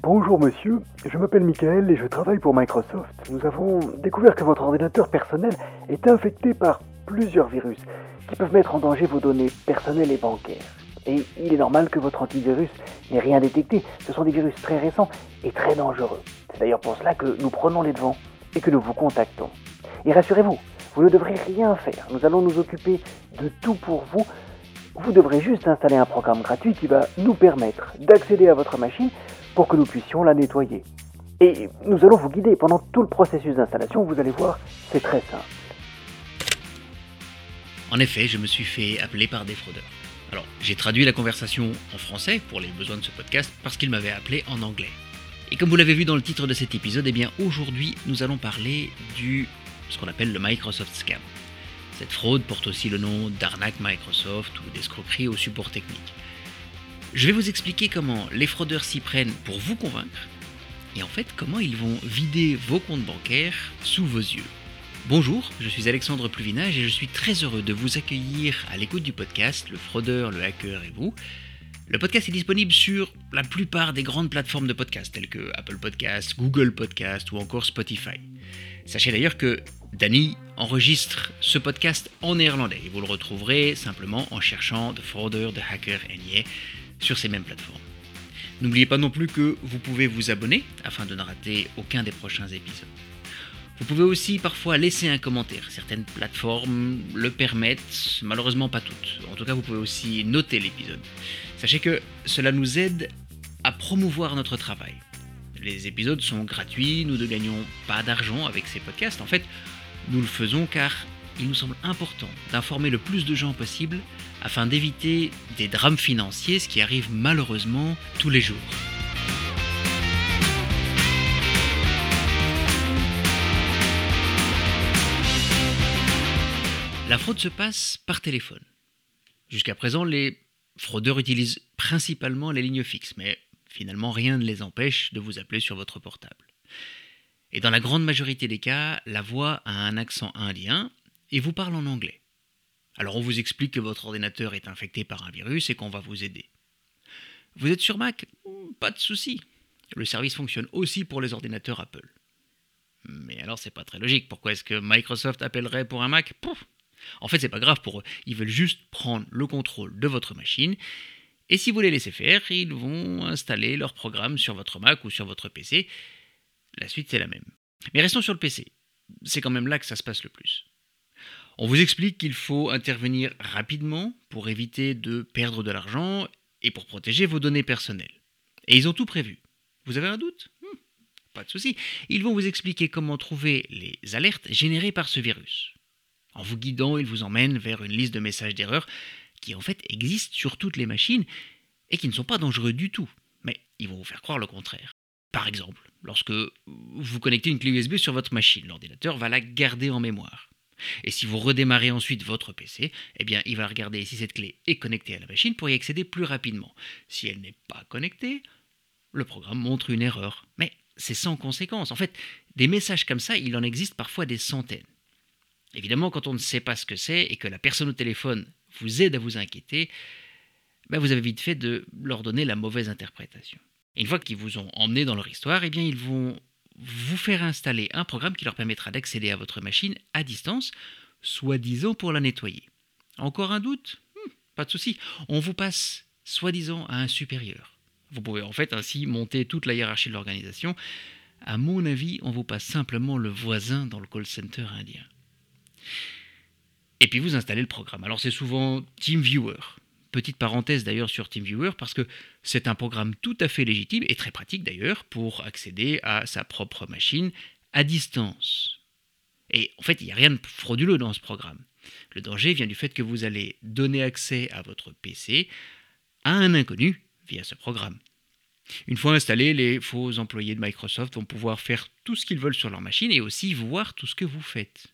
Bonjour monsieur, je m'appelle Michael et je travaille pour Microsoft. Nous avons découvert que votre ordinateur personnel est infecté par plusieurs virus qui peuvent mettre en danger vos données personnelles et bancaires. Et il est normal que votre antivirus n'ait rien détecté. Ce sont des virus très récents et très dangereux. C'est d'ailleurs pour cela que nous prenons les devants et que nous vous contactons. Et rassurez-vous, vous ne devrez rien faire. Nous allons nous occuper de tout pour vous. Vous devrez juste installer un programme gratuit qui va nous permettre d'accéder à votre machine pour que nous puissions la nettoyer. Et nous allons vous guider pendant tout le processus d'installation. Vous allez voir, c'est très simple. En effet, je me suis fait appeler par des fraudeurs. Alors, j'ai traduit la conversation en français pour les besoins de ce podcast parce qu'ils m'avaient appelé en anglais. Et comme vous l'avez vu dans le titre de cet épisode, eh bien aujourd'hui, nous allons parler ce qu'on appelle le Microsoft Scam. Cette fraude porte aussi le nom d'arnaque Microsoft ou d'escroquerie au support technique. Je vais vous expliquer comment les fraudeurs s'y prennent pour vous convaincre et en fait comment ils vont vider vos comptes bancaires sous vos yeux. Bonjour, je suis Alexandre Pluvinage et je suis très heureux de vous accueillir à l'écoute du podcast Le Fraudeur, le Hacker et vous. Le podcast est disponible sur la plupart des grandes plateformes de podcast telles que Apple Podcasts, Google Podcasts ou encore Spotify. Sachez d'ailleurs que Danny enregistre ce podcast en néerlandais et vous le retrouverez simplement en cherchant The Fraudeur, The Hacker and Yeah sur ces mêmes plateformes. N'oubliez pas non plus que vous pouvez vous abonner afin de ne rater aucun des prochains épisodes. Vous pouvez aussi parfois laisser un commentaire. Certaines plateformes le permettent, malheureusement pas toutes. En tout cas, vous pouvez aussi noter l'épisode. Sachez que cela nous aide à promouvoir notre travail. Les épisodes sont gratuits, nous ne gagnons pas d'argent avec ces podcasts. En fait, nous le faisons car il nous semble important d'informer le plus de gens possible afin d'éviter des drames financiers, ce qui arrive malheureusement tous les jours. La fraude se passe par téléphone. Jusqu'à présent, les fraudeurs utilisent principalement les lignes fixes, mais finalement rien ne les empêche de vous appeler sur votre portable. Et dans la grande majorité des cas, la voix a un accent indien et vous parle en anglais. Alors on vous explique que votre ordinateur est infecté par un virus et qu'on va vous aider. Vous êtes sur Mac ? Pas de souci. Le service fonctionne aussi pour les ordinateurs Apple. Mais alors c'est pas très logique. Pourquoi est-ce que Microsoft appellerait pour un Mac ? En fait, c'est pas grave pour eux. Ils veulent juste prendre le contrôle de votre machine. Et si vous les laissez faire, ils vont installer leur programme sur votre Mac ou sur votre PC. La suite, c'est la même. Mais restons sur le PC. C'est quand même là que ça se passe le plus. On vous explique qu'il faut intervenir rapidement pour éviter de perdre de l'argent et pour protéger vos données personnelles. Et ils ont tout prévu. Vous avez un doute ? Pas de souci. Ils vont vous expliquer comment trouver les alertes générées par ce virus. En vous guidant, ils vous emmènent vers une liste de messages d'erreur qui en fait existent sur toutes les machines et qui ne sont pas dangereux du tout. Mais ils vont vous faire croire le contraire. Par exemple, lorsque vous connectez une clé USB sur votre machine, l'ordinateur va la garder en mémoire. Et si vous redémarrez ensuite votre PC, eh bien, il va regarder si cette clé est connectée à la machine pour y accéder plus rapidement. Si elle n'est pas connectée, le programme montre une erreur. Mais c'est sans conséquence. En fait, des messages comme ça, il en existe parfois des centaines. Évidemment, quand on ne sait pas ce que c'est et que la personne au téléphone vous aide à vous inquiéter, vous avez vite fait de leur donner la mauvaise interprétation. Et une fois qu'ils vous ont emmené dans leur histoire, eh bien, ils vont vous faire installer un programme qui leur permettra d'accéder à votre machine à distance, soi-disant pour la nettoyer. Encore un doute ? Pas de souci. On vous passe soi-disant à un supérieur. Vous pouvez en fait ainsi monter toute la hiérarchie de l'organisation. À mon avis, on vous passe simplement le voisin dans le call center indien. Et puis vous installez le programme. Alors c'est souvent TeamViewer. Petite parenthèse d'ailleurs sur TeamViewer parce que c'est un programme tout à fait légitime et très pratique d'ailleurs pour accéder à sa propre machine à distance. Et en fait, il n'y a rien de frauduleux dans ce programme. Le danger vient du fait que vous allez donner accès à votre PC à un inconnu via ce programme. Une fois installés, les faux employés de Microsoft vont pouvoir faire tout ce qu'ils veulent sur leur machine et aussi voir tout ce que vous faites.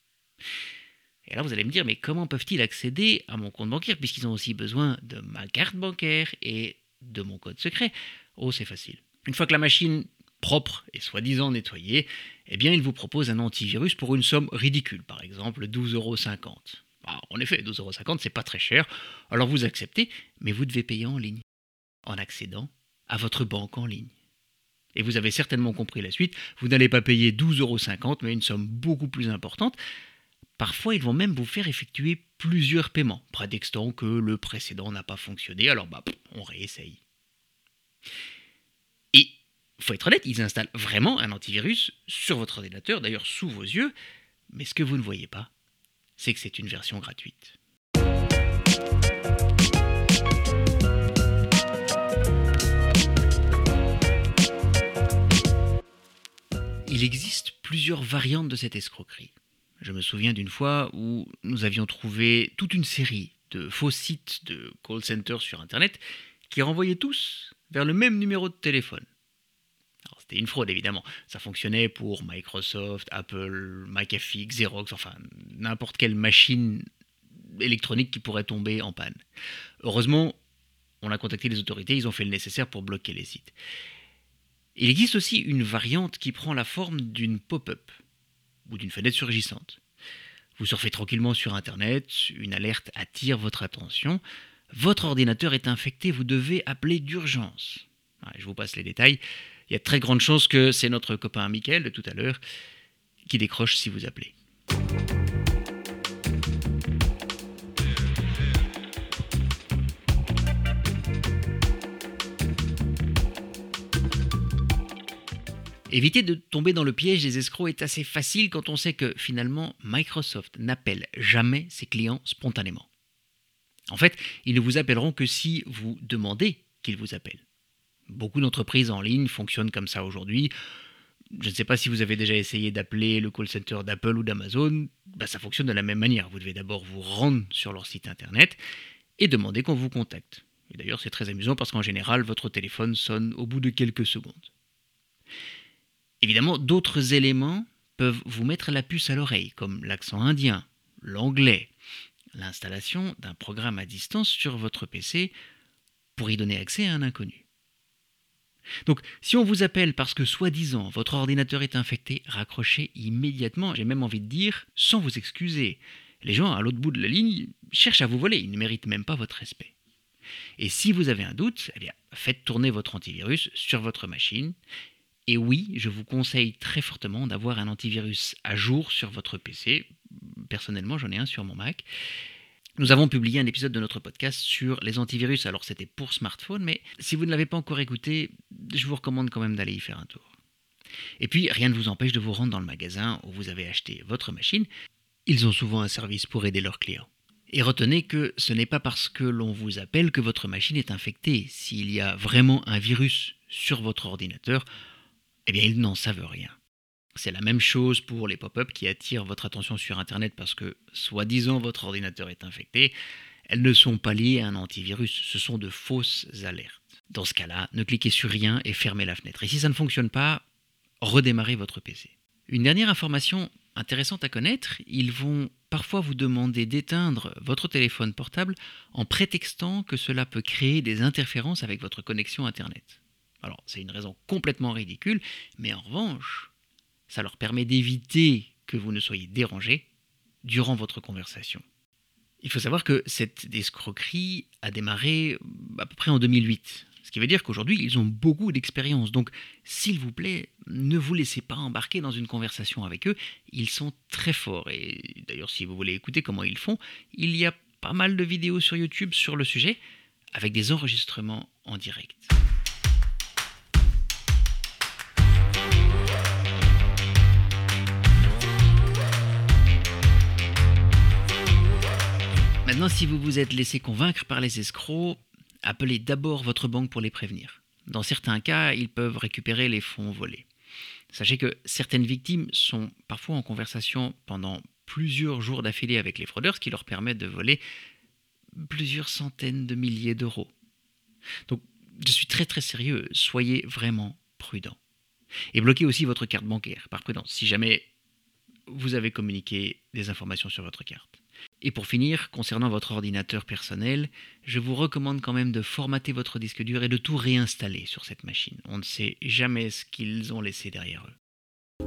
Et là, vous allez me dire, mais comment peuvent-ils accéder à mon compte bancaire puisqu'ils ont aussi besoin de ma carte bancaire et de mon code secret ? Oh, c'est facile. Une fois que la machine propre et soi-disant nettoyée, eh bien, ils vous proposent un antivirus pour une somme ridicule, par exemple 12,50 €. En effet, 12,50 €, c'est pas très cher, alors vous acceptez, mais vous devez payer en ligne, en accédant à votre banque en ligne. Et vous avez certainement compris la suite, vous n'allez pas payer 12,50 €, mais une somme beaucoup plus importante. Parfois, ils vont même vous faire effectuer plusieurs paiements, prétextant que le précédent n'a pas fonctionné, alors on réessaye. Et, faut être honnête, ils installent vraiment un antivirus sur votre ordinateur, d'ailleurs sous vos yeux, mais ce que vous ne voyez pas, c'est que c'est une version gratuite. Il existe plusieurs variantes de cette escroquerie. Je me souviens d'une fois où nous avions trouvé toute une série de faux sites de call center sur Internet qui renvoyaient tous vers le même numéro de téléphone. Alors, c'était une fraude évidemment, ça fonctionnait pour Microsoft, Apple, McAfee, Xerox, enfin n'importe quelle machine électronique qui pourrait tomber en panne. Heureusement, on a contacté les autorités, ils ont fait le nécessaire pour bloquer les sites. Il existe aussi une variante qui prend la forme d'une pop-up ou d'une fenêtre surgissante. Vous surfez tranquillement sur Internet, une alerte attire votre attention, votre ordinateur est infecté, vous devez appeler d'urgence. Je vous passe les détails, il y a de très grandes chances que c'est notre copain Mickaël de tout à l'heure qui décroche si vous appelez. Éviter de tomber dans le piège des escrocs est assez facile quand on sait que finalement Microsoft n'appelle jamais ses clients spontanément. En fait, ils ne vous appelleront que si vous demandez qu'ils vous appellent. Beaucoup d'entreprises en ligne fonctionnent comme ça aujourd'hui. Je ne sais pas si vous avez déjà essayé d'appeler le call center d'Apple ou d'Amazon, ça fonctionne de la même manière. Vous devez d'abord vous rendre sur leur site internet et demander qu'on vous contacte. Et d'ailleurs, c'est très amusant parce qu'en général, votre téléphone sonne au bout de quelques secondes. Évidemment, d'autres éléments peuvent vous mettre la puce à l'oreille, comme l'accent indien, l'anglais, l'installation d'un programme à distance sur votre PC pour y donner accès à un inconnu. Donc, si on vous appelle parce que, soi-disant, votre ordinateur est infecté, raccrochez immédiatement, j'ai même envie de dire, sans vous excuser. Les gens à l'autre bout de la ligne cherchent à vous voler, ils ne méritent même pas votre respect. Et si vous avez un doute, faites tourner votre antivirus sur votre machine. Et oui, je vous conseille très fortement d'avoir un antivirus à jour sur votre PC. Personnellement, j'en ai un sur mon Mac. Nous avons publié un épisode de notre podcast sur les antivirus. Alors, c'était pour smartphone, mais si vous ne l'avez pas encore écouté, je vous recommande quand même d'aller y faire un tour. Et puis, rien ne vous empêche de vous rendre dans le magasin où vous avez acheté votre machine. Ils ont souvent un service pour aider leurs clients. Et retenez que ce n'est pas parce que l'on vous appelle que votre machine est infectée. S'il y a vraiment un virus sur votre ordinateur, ils n'en savent rien. C'est la même chose pour les pop-up qui attirent votre attention sur Internet parce que, soi-disant, votre ordinateur est infecté. Elles ne sont pas liées à un antivirus, ce sont de fausses alertes. Dans ce cas-là, ne cliquez sur rien et fermez la fenêtre. Et si ça ne fonctionne pas, redémarrez votre PC. Une dernière information intéressante à connaître, ils vont parfois vous demander d'éteindre votre téléphone portable en prétextant que cela peut créer des interférences avec votre connexion Internet. Alors, c'est une raison complètement ridicule, mais en revanche, ça leur permet d'éviter que vous ne soyez dérangé durant votre conversation. Il faut savoir que cette escroquerie a démarré à peu près en 2008, ce qui veut dire qu'aujourd'hui, ils ont beaucoup d'expérience. Donc, s'il vous plaît, ne vous laissez pas embarquer dans une conversation avec eux, ils sont très forts. Et d'ailleurs, si vous voulez écouter comment ils font, il y a pas mal de vidéos sur YouTube sur le sujet, avec des enregistrements en direct. Maintenant, si vous vous êtes laissé convaincre par les escrocs, appelez d'abord votre banque pour les prévenir. Dans certains cas, ils peuvent récupérer les fonds volés. Sachez que certaines victimes sont parfois en conversation pendant plusieurs jours d'affilée avec les fraudeurs, ce qui leur permet de voler plusieurs centaines de milliers d'euros. Donc, je suis très très sérieux, soyez vraiment prudents. Et bloquez aussi votre carte bancaire, par prudence, si jamais vous avez communiqué des informations sur votre carte. Et pour finir, concernant votre ordinateur personnel, je vous recommande quand même de formater votre disque dur et de tout réinstaller sur cette machine. On ne sait jamais ce qu'ils ont laissé derrière eux.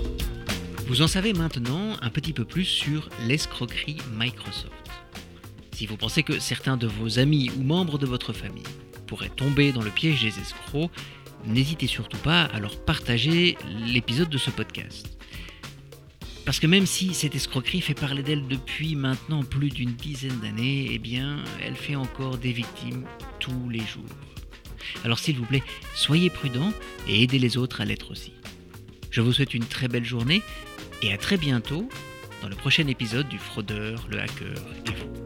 Vous en savez maintenant un petit peu plus sur l'escroquerie Microsoft. Si vous pensez que certains de vos amis ou membres de votre famille pourraient tomber dans le piège des escrocs, n'hésitez surtout pas à leur partager l'épisode de ce podcast. Parce que même si cette escroquerie fait parler d'elle depuis maintenant plus d'une dizaine d'années, eh bien, elle fait encore des victimes tous les jours. Alors s'il vous plaît, soyez prudents et aidez les autres à l'être aussi. Je vous souhaite une très belle journée et à très bientôt dans le prochain épisode du Fraudeur, le Hacker et vous.